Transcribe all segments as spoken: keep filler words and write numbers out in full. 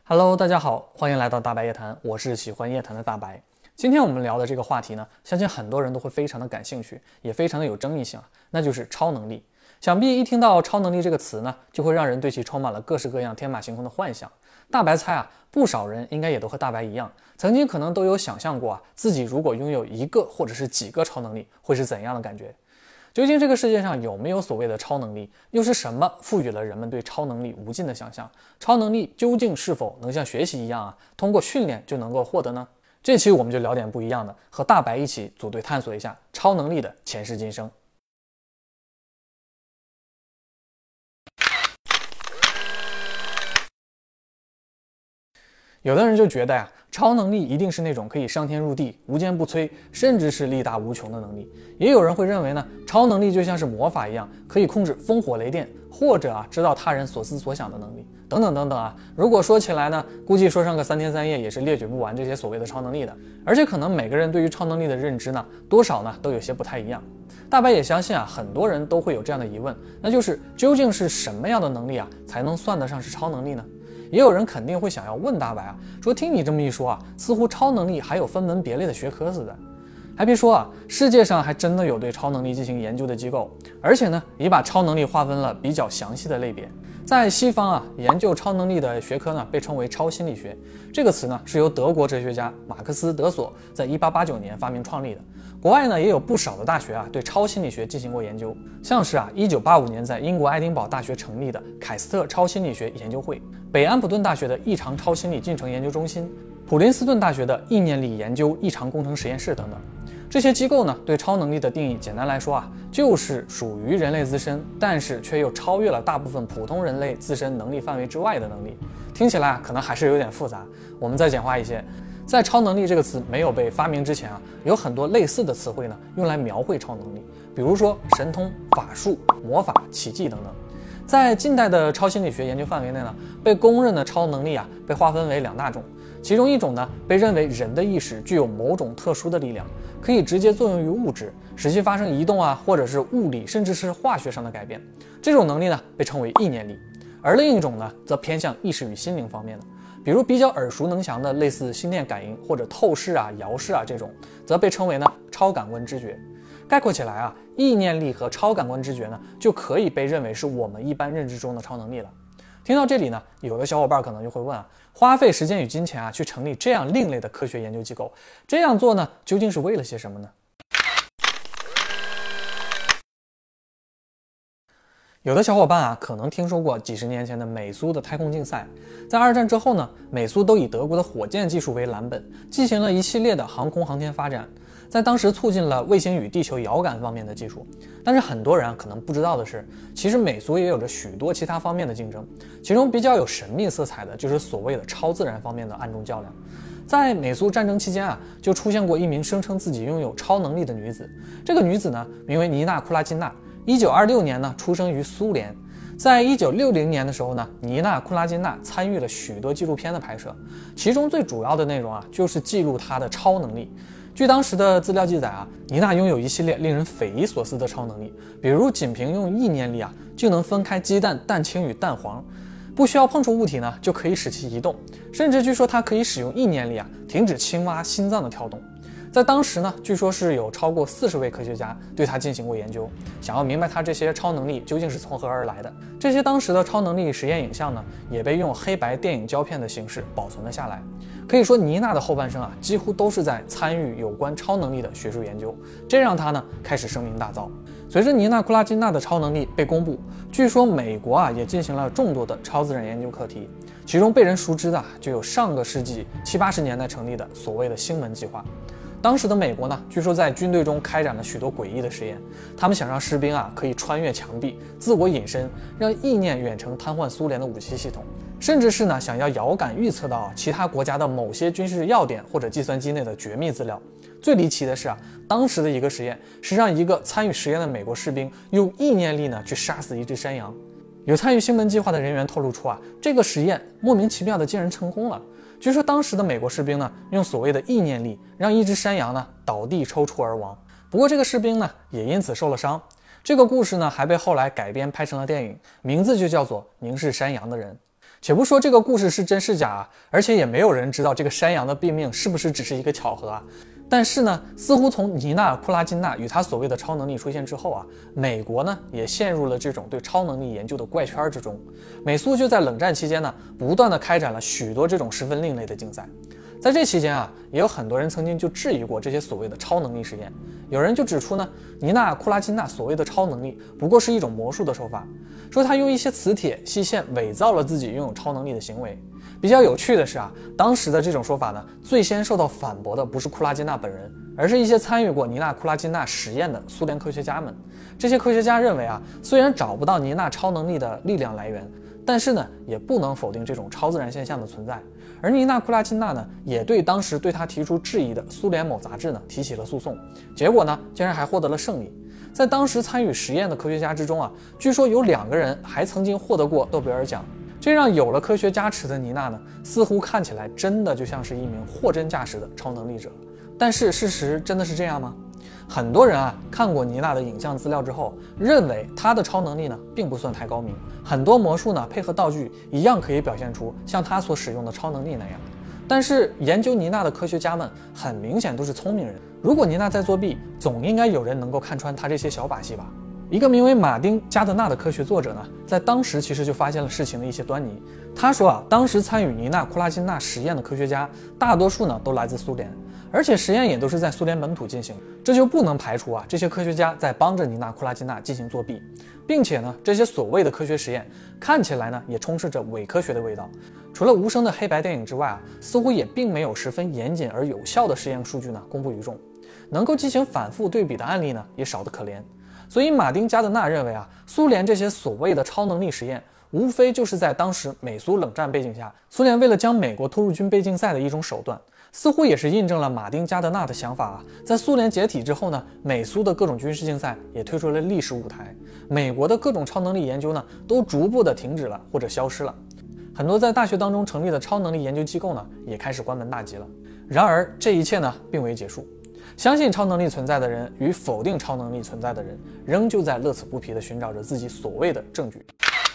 Hello， 大家好，欢迎来到大白夜谈，我是喜欢夜谈的大白。今天我们聊的这个话题呢，相信很多人都会非常的感兴趣，也非常的有争议性啊，那就是超能力。想必一听到超能力这个词呢，就会让人对其充满了各式各样天马行空的幻想。大白猜啊，不少人应该也都和大白一样，曾经可能都有想象过啊，自己如果拥有一个或者是几个超能力，会是怎样的感觉？究竟这个世界上有没有所谓的超能力？又是什么赋予了人们对超能力无尽的想象？超能力究竟是否能像学习一样啊，通过训练就能够获得呢？这期我们就聊点不一样的，和大白一起组队探索一下超能力的前世今生。有的人就觉得呀，超能力一定是那种可以上天入地、无坚不摧，甚至是力大无穷的能力。也有人会认为呢，超能力就像是魔法一样，可以控制风火雷电，或者啊知道他人所思所想的能力，等等等等啊。如果说起来呢，估计说上个三天三夜也是列举不完这些所谓的超能力的。而且可能每个人对于超能力的认知呢，多少呢都有些不太一样。大白也相信啊，很多人都会有这样的疑问，那就是究竟是什么样的能力啊，才能算得上是超能力呢？也有人肯定会想要问大白啊，说听你这么一说啊，似乎超能力还有分门别类的学科似的。还别说啊，世界上还真的有对超能力进行研究的机构，而且呢，也把超能力划分了比较详细的类别。在西方啊，研究超能力的学科呢，被称为超心理学。这个词呢，是由德国哲学家马克思·德索在一八八九年发明创立的。国外呢，也有不少的大学啊，对超心理学进行过研究，像是啊，一九八五年在英国爱丁堡大学成立的凯斯特超心理学研究会，北安普顿大学的异常超心理进程研究中心，普林斯顿大学的意念力研究异常工程实验室等等。这些机构呢，对超能力的定义，简单来说啊，就是属于人类自身，但是却又超越了大部分普通人类自身能力范围之外的能力。听起来啊，可能还是有点复杂，我们再简化一些。在超能力这个词没有被发明之前啊，有很多类似的词汇呢，用来描绘超能力，比如说神通、法术、魔法、奇迹等等。在近代的超心理学研究范围内呢，被公认的超能力啊，被划分为两大种。其中一种呢，被认为人的意识具有某种特殊的力量，可以直接作用于物质，使其发生移动啊，或者是物理甚至是化学上的改变。这种能力呢，被称为意念力。而另一种呢，则偏向意识与心灵方面的，比如比较耳熟能详的类似心电感应或者透视啊、遥视啊这种，则被称为呢超感官知觉。概括起来啊，意念力和超感官知觉呢，就可以被认为是我们一般认知中的超能力了。听到这里呢，有的小伙伴可能就会问啊，花费时间与金钱啊，去成立这样另类的科学研究机构，这样做呢，究竟是为了些什么呢？有的小伙伴啊，可能听说过几十年前的美苏的太空竞赛。在二战之后呢，美苏都以德国的火箭技术为蓝本，进行了一系列的航空航天发展，在当时促进了卫星与地球遥感方面的技术。但是很多人啊可能不知道的是，其实美苏也有着许多其他方面的竞争，其中比较有神秘色彩的就是所谓的超自然方面的暗中较量。在美苏战争期间啊，就出现过一名声称自己拥有超能力的女子。这个女子呢，名为妮娜·库拉金娜。一九二六年呢，出生于苏联。在一九六零年的时候呢，妮娜·库拉金娜参与了许多纪录片的拍摄，其中最主要的内容啊，就是记录她的超能力。据当时的资料记载啊，妮娜拥有一系列令人匪夷所思的超能力，比如仅凭用意念力啊，就能分开鸡蛋、蛋清与蛋黄，不需要碰触物体呢，就可以使其移动，甚至据说她可以使用意念力啊，停止青蛙心脏的跳动。在当时呢，据说是有超过四十位科学家对他进行过研究，想要明白他这些超能力究竟是从何而来的。这些当时的超能力实验影像呢，也被用黑白电影胶片的形式保存了下来。可以说，妮娜的后半生啊，几乎都是在参与有关超能力的学术研究，这让他呢开始声名大噪。随着妮娜·库拉金娜的超能力被公布，据说美国啊也进行了众多的超自然研究课题，其中被人熟知的就有上个世纪七八十年代成立的所谓的星门计划。当时的美国呢，据说在军队中开展了许多诡异的实验，他们想让士兵啊可以穿越墙壁，自我隐身，让意念远程瘫痪苏联的武器系统，甚至是呢想要遥感预测到其他国家的某些军事要点或者计算机内的绝密资料。最离奇的是啊，当时的一个实验是让一个参与实验的美国士兵用意念力呢去杀死一只山羊。有参与星门计划的人员透露出啊，这个实验莫名其妙的竟然成功了。据说当时的美国士兵呢，用所谓的意念力让一只山羊呢倒地抽搐而亡。不过这个士兵呢也因此受了伤。这个故事呢还被后来改编拍成了电影，名字就叫做《凝视山羊的人》。 且不说这个故事是真是假啊，而且也没有人知道这个山羊的病命是不是只是一个巧合啊。但是呢，似乎从妮娜·库拉金娜与她所谓的超能力出现之后啊，美国呢也陷入了这种对超能力研究的怪圈之中。美苏就在冷战期间呢，不断的开展了许多这种十分另类的竞赛。在这期间啊，也有很多人曾经就质疑过这些所谓的超能力实验。有人就指出呢，妮娜·库拉金娜所谓的超能力不过是一种魔术的手法，说她用一些磁铁、细线伪造了自己拥有超能力的行为。比较有趣的是啊，当时的这种说法呢，最先受到反驳的不是库拉金娜本人，而是一些参与过妮娜·库拉金娜实验的苏联科学家们。这些科学家认为啊，虽然找不到妮娜超能力的力量来源，但是呢，也不能否定这种超自然现象的存在。而妮娜·库拉金娜呢，也对当时对她提出质疑的苏联某杂志呢提起了诉讼，结果呢，竟然还获得了胜利。在当时参与实验的科学家之中啊，据说有两个人还曾经获得过诺贝尔奖。这让有了科学加持的妮娜呢，似乎看起来真的就像是一名货真价实的超能力者。但是事实真的是这样吗？很多人啊看过妮娜的影像资料之后，认为她的超能力呢并不算太高明，很多魔术呢配合道具一样可以表现出像她所使用的超能力那样。但是研究妮娜的科学家们很明显都是聪明人，如果妮娜在作弊，总应该有人能够看穿她这些小把戏吧。一个名为马丁·加德纳的科学作者呢，在当时其实就发现了事情的一些端倪。他说啊，当时参与妮娜·库拉金娜实验的科学家，大多数呢都来自苏联，而且实验也都是在苏联本土进行，这就不能排除啊这些科学家在帮着妮娜·库拉金娜进行作弊，并且呢，这些所谓的科学实验看起来呢也充斥着伪科学的味道。除了无声的黑白电影之外啊，似乎也并没有十分严谨而有效的实验数据呢公布于众，能够进行反复对比的案例呢也少得可怜。所以马丁·加德纳认为啊，苏联这些所谓的超能力实验，无非就是在当时美苏冷战背景下，苏联为了将美国拖入军备竞赛的一种手段。似乎也是印证了马丁·加德纳的想法啊，在苏联解体之后呢，美苏的各种军事竞赛也退出了历史舞台，美国的各种超能力研究呢，都逐步的停止了或者消失了。很多在大学当中成立的超能力研究机构呢，也开始关门大吉了。然而这一切呢，并未结束。相信超能力存在的人与否定超能力存在的人，仍旧在乐此不疲地寻找着自己所谓的证据。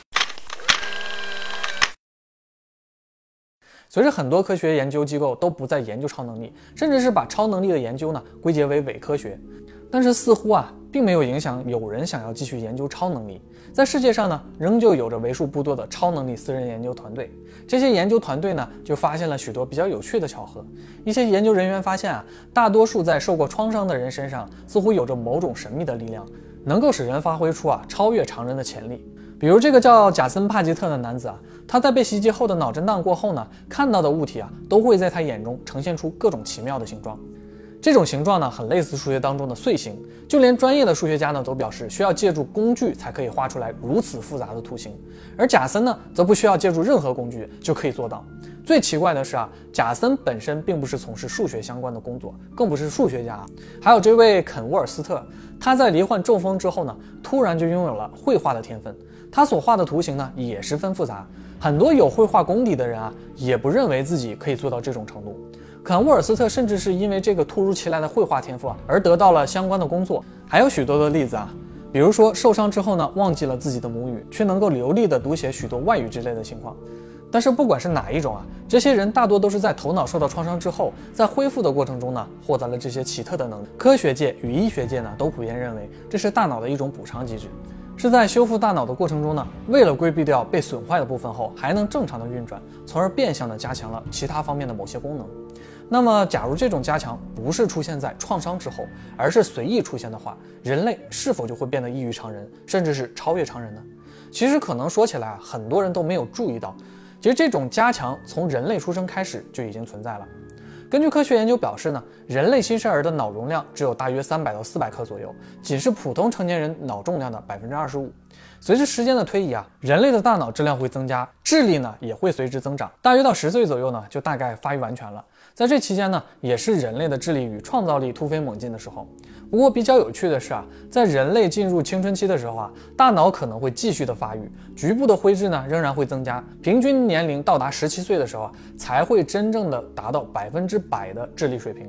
随着很多科学研究机构都不再研究超能力，甚至是把超能力的研究呢归结为伪科学，但是似乎啊，并没有影响有人想要继续研究超能力。在世界上呢，仍旧有着为数不多的超能力私人研究团队。这些研究团队呢，就发现了许多比较有趣的巧合。一些研究人员发现啊，大多数在受过创伤的人身上，似乎有着某种神秘的力量，能够使人发挥出啊超越常人的潜力。比如这个叫贾森·帕吉特的男子啊，他在被袭击后的脑震荡过后呢，看到的物体啊，都会在他眼中呈现出各种奇妙的形状。这种形状呢，很类似数学当中的碎形，就连专业的数学家呢都表示需要借助工具才可以画出来如此复杂的图形，而贾森呢，则不需要借助任何工具就可以做到。最奇怪的是啊，贾森本身并不是从事数学相关的工作，更不是数学家。还有这位肯沃尔斯特，他在罹患中风之后呢，突然就拥有了绘画的天分，他所画的图形呢也十分复杂，很多有绘画功底的人啊，也不认为自己可以做到这种程度。肯沃尔斯特甚至是因为这个突如其来的绘画天赋啊，而得到了相关的工作。还有许多的例子啊，比如说受伤之后呢，忘记了自己的母语，却能够流利的读写许多外语之类的情况。但是不管是哪一种啊，这些人大多都是在头脑受到创伤之后，在恢复的过程中呢，获得了这些奇特的能力。科学界与医学界呢，都普遍认为这是大脑的一种补偿机制，是在修复大脑的过程中呢，为了规避掉被损坏的部分后，还能正常的运转，从而变相的加强了其他方面的某些功能。那么假如这种加强不是出现在创伤之后，而是随意出现的话，人类是否就会变得异于常人，甚至是超越常人呢？其实可能说起来啊，很多人都没有注意到，其实这种加强从人类出生开始就已经存在了。根据科学研究表示呢，人类新生儿的脑容量只有大约三百到四百克左右，仅是普通成年人脑重量的 百分之二十五。随着时间的推移啊，人类的大脑质量会增加，智力呢也会随之增长，大约到十岁左右呢，就大概发育完全了。在这期间呢，也是人类的智力与创造力突飞猛进的时候。不过比较有趣的是啊，在人类进入青春期的时候啊，大脑可能会继续的发育，局部的灰质呢仍然会增加，平均年龄到达十七岁的时候啊，才会真正的达到百分之百的智力水平。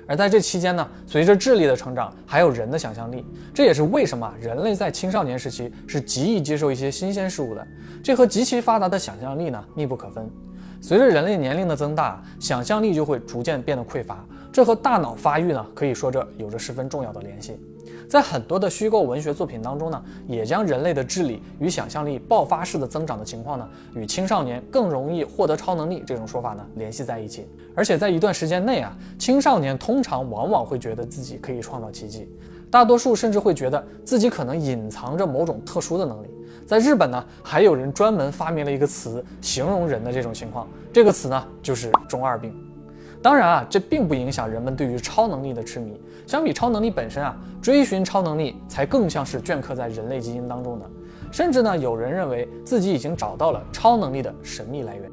而在这期间呢，随着智力的成长，还有人的想象力，这也是为什么人类在青少年时期是极易接受一些新鲜事物的，这和极其发达的想象力呢密不可分。随着人类年龄的增大，想象力就会逐渐变得匮乏，这和大脑发育呢可以说着有着十分重要的联系。在很多的虚构文学作品当中呢，也将人类的智力与想象力爆发式的增长的情况呢，与青少年更容易获得超能力这种说法呢联系在一起。而且在一段时间内啊，青少年通常往往会觉得自己可以创造奇迹，大多数甚至会觉得自己可能隐藏着某种特殊的能力。在日本呢，还有人专门发明了一个词形容人的这种情况，这个词呢就是中二病。当然啊，这并不影响人们对于超能力的痴迷。相比超能力本身啊，追寻超能力才更像是镌刻在人类基因当中的。甚至呢，有人认为自己已经找到了超能力的神秘来源。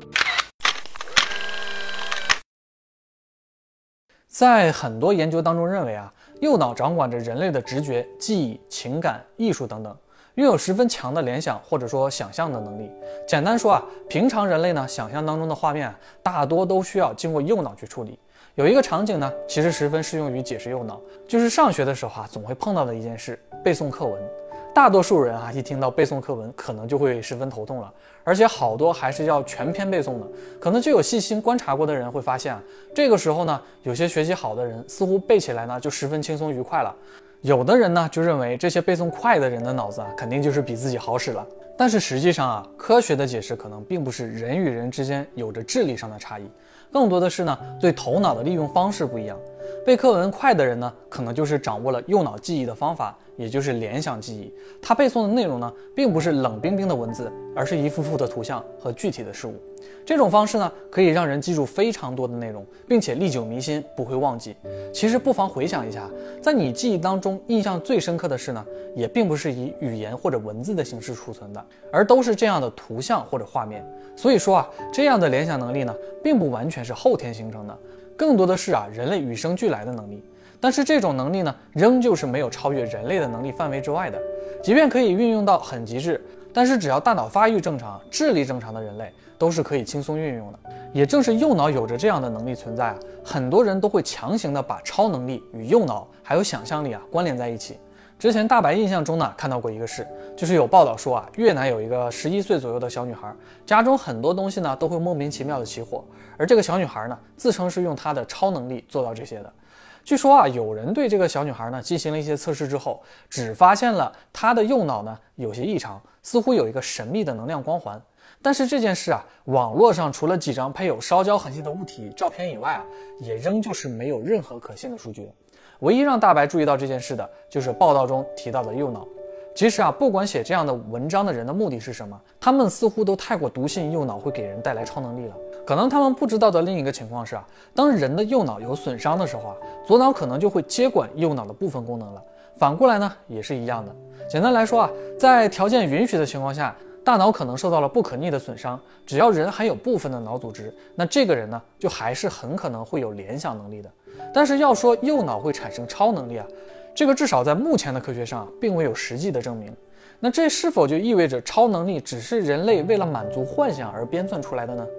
在很多研究当中认为啊，右脑掌管着人类的直觉、记忆、情感、艺术等等，拥有十分强的联想或者说想象的能力。简单说啊，平常人类呢想象当中的画面啊，大多都需要经过右脑去处理。有一个场景呢，其实十分适用于解释右脑，就是上学的时候啊，总会碰到的一件事——背诵课文。大多数人啊，一听到背诵课文，可能就会十分头痛了，而且好多还是要全篇背诵的。可能就有细心观察过的人会发现啊，这个时候呢，有些学习好的人似乎背起来呢就十分轻松愉快了。有的人呢就认为这些背诵快的人的脑子啊，肯定就是比自己好使了。但是实际上啊，科学的解释可能并不是人与人之间有着智力上的差异，更多的是呢对头脑的利用方式不一样。背课文快的人呢，可能就是掌握了右脑记忆的方法，也就是联想记忆。他背诵的内容呢，并不是冷冰冰的文字，而是一幅幅的图像和具体的事物。这种方式呢，可以让人记住非常多的内容，并且历久弥新，不会忘记。其实不妨回想一下，在你记忆当中印象最深刻的事呢，也并不是以语言或者文字的形式储存的，而都是这样的图像或者画面。所以说啊，这样的联想能力呢，并不完全是后天形成的，更多的是啊人类与生俱来的能力。但是这种能力呢，仍旧是没有超越人类的能力范围之外的。即便可以运用到很极致，但是只要大脑发育正常、智力正常的人类，都是可以轻松运用的。也正是右脑有着这样的能力存在啊，很多人都会强行的把超能力与右脑还有想象力啊关联在一起。之前大白印象中呢看到过一个事，就是有报道说啊，越南有一个十一岁左右的小女孩，家中很多东西呢都会莫名其妙的起火，而这个小女孩呢自称是用她的超能力做到这些的。据说啊，有人对这个小女孩呢进行了一些测试之后，只发现了她的右脑呢有些异常，似乎有一个神秘的能量光环。但是这件事啊，网络上除了几张配有烧焦痕迹的物体照片以外啊，也仍旧是没有任何可信的数据的。唯一让大白注意到这件事的，就是报道中提到的右脑。其实啊，不管写这样的文章的人的目的是什么，他们似乎都太过笃信右脑会给人带来超能力了。可能他们不知道的另一个情况是啊，当人的右脑有损伤的时候啊，左脑可能就会接管右脑的部分功能了。反过来呢，也是一样的。简单来说啊，在条件允许的情况下，大脑可能受到了不可逆的损伤，只要人还有部分的脑组织，那这个人呢，就还是很可能会有联想能力的。但是要说右脑会产生超能力啊，这个至少在目前的科学上、啊、并未有实际的证明。那这是否就意味着超能力只是人类为了满足幻想而编撰出来的呢？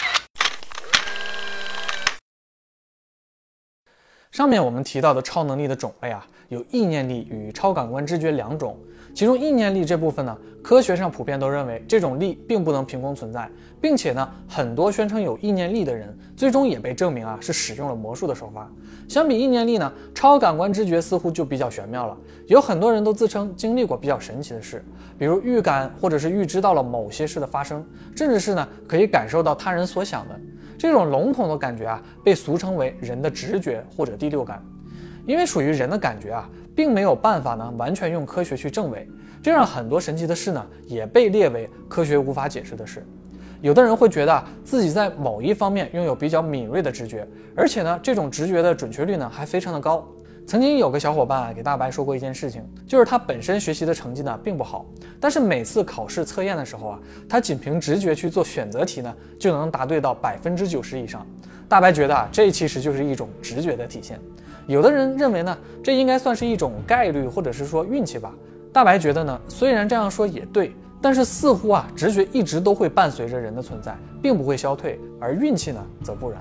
上面我们提到的超能力的种类啊，有意念力与超感官知觉两种。其中意念力这部分呢，科学上普遍都认为这种力并不能凭空存在，并且呢，很多宣称有意念力的人，最终也被证明啊是使用了魔术的手法。相比意念力呢，超感官知觉似乎就比较玄妙了。有很多人都自称经历过比较神奇的事，比如预感或者是预知到了某些事的发生，甚至是呢可以感受到他人所想的。这种笼统的感觉啊，被俗称为人的直觉或者第六感。因为属于人的感觉啊，并没有办法呢完全用科学去证伪，这让很多神奇的事呢也被列为科学无法解释的事。有的人会觉得啊，自己在某一方面拥有比较敏锐的直觉，而且呢这种直觉的准确率呢还非常的高。曾经有个小伙伴啊给大白说过一件事情，就是他本身学习的成绩呢并不好，但是每次考试测验的时候啊，他仅凭直觉去做选择题呢就能答对到百分之九十以上。大白觉得啊，这其实就是一种直觉的体现。有的人认为呢，这应该算是一种概率或者是说运气吧。大白觉得呢，虽然这样说也对，但是似乎啊，直觉一直都会伴随着人的存在，并不会消退，而运气呢则不然。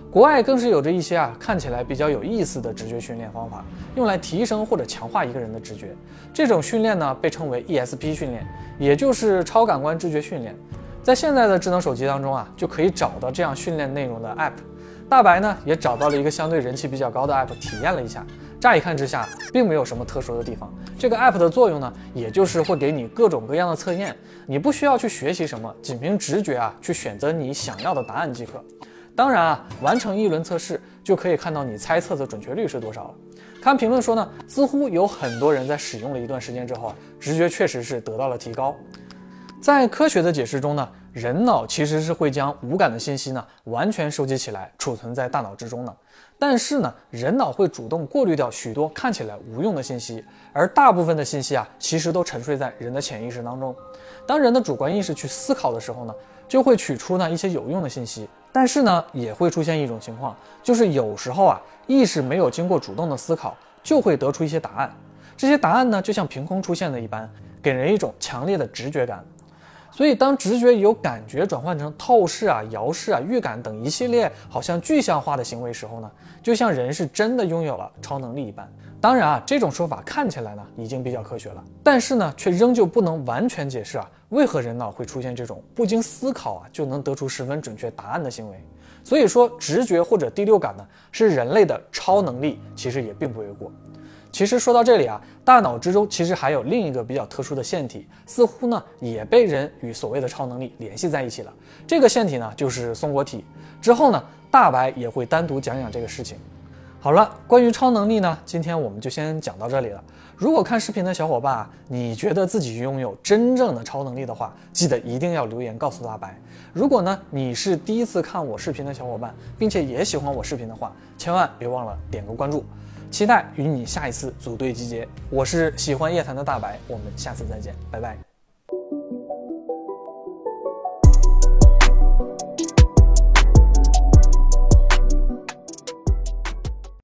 国外更是有着一些啊看起来比较有意思的直觉训练方法，用来提升或者强化一个人的直觉。这种训练呢被称为 E S P 训练，也就是超感官知觉训练。在现在的智能手机当中啊，就可以找到这样训练内容的 App。大白呢也找到了一个相对人气比较高的 App 体验了一下，乍一看之下并没有什么特殊的地方。这个 App 的作用呢，也就是会给你各种各样的测验，你不需要去学习什么，仅凭直觉啊去选择你想要的答案即可。当然啊，完成一轮测试就可以看到你猜测的准确率是多少了。看评论说呢，似乎有很多人在使用了一段时间之后啊，直觉确实是得到了提高。在科学的解释中呢，人脑其实是会将无感的信息呢完全收集起来，储存在大脑之中的。但是呢，人脑会主动过滤掉许多看起来无用的信息，而大部分的信息啊，其实都沉睡在人的潜意识当中。当人的主观意识去思考的时候呢，就会取出呢一些有用的信息。但是呢，也会出现一种情况，就是有时候啊，意识没有经过主动的思考，就会得出一些答案。这些答案呢，就像凭空出现的一般，给人一种强烈的直觉感。所以当直觉由感觉转换成透视啊、遥视啊、预感等一系列好像具象化的行为时候呢，就像人是真的拥有了超能力一般。当然啊，这种说法看起来呢已经比较科学了，但是呢却仍旧不能完全解释啊为何人脑会出现这种不经思考啊就能得出十分准确答案的行为。所以说直觉或者第六感呢是人类的超能力，其实也并不为过。其实说到这里啊，大脑之中其实还有另一个比较特殊的腺体，似乎呢也被人与所谓的超能力联系在一起了。这个腺体呢就是松果体。之后呢，大白也会单独讲讲这个事情。好了，关于超能力呢，今天我们就先讲到这里了。如果看视频的小伙伴啊，你觉得自己拥有真正的超能力的话，记得一定要留言告诉大白。如果呢你是第一次看我视频的小伙伴，并且也喜欢我视频的话，千万别忘了点个关注。期待与你下一次组队集结。我是喜欢夜谈的大白，我们下次再见，拜拜。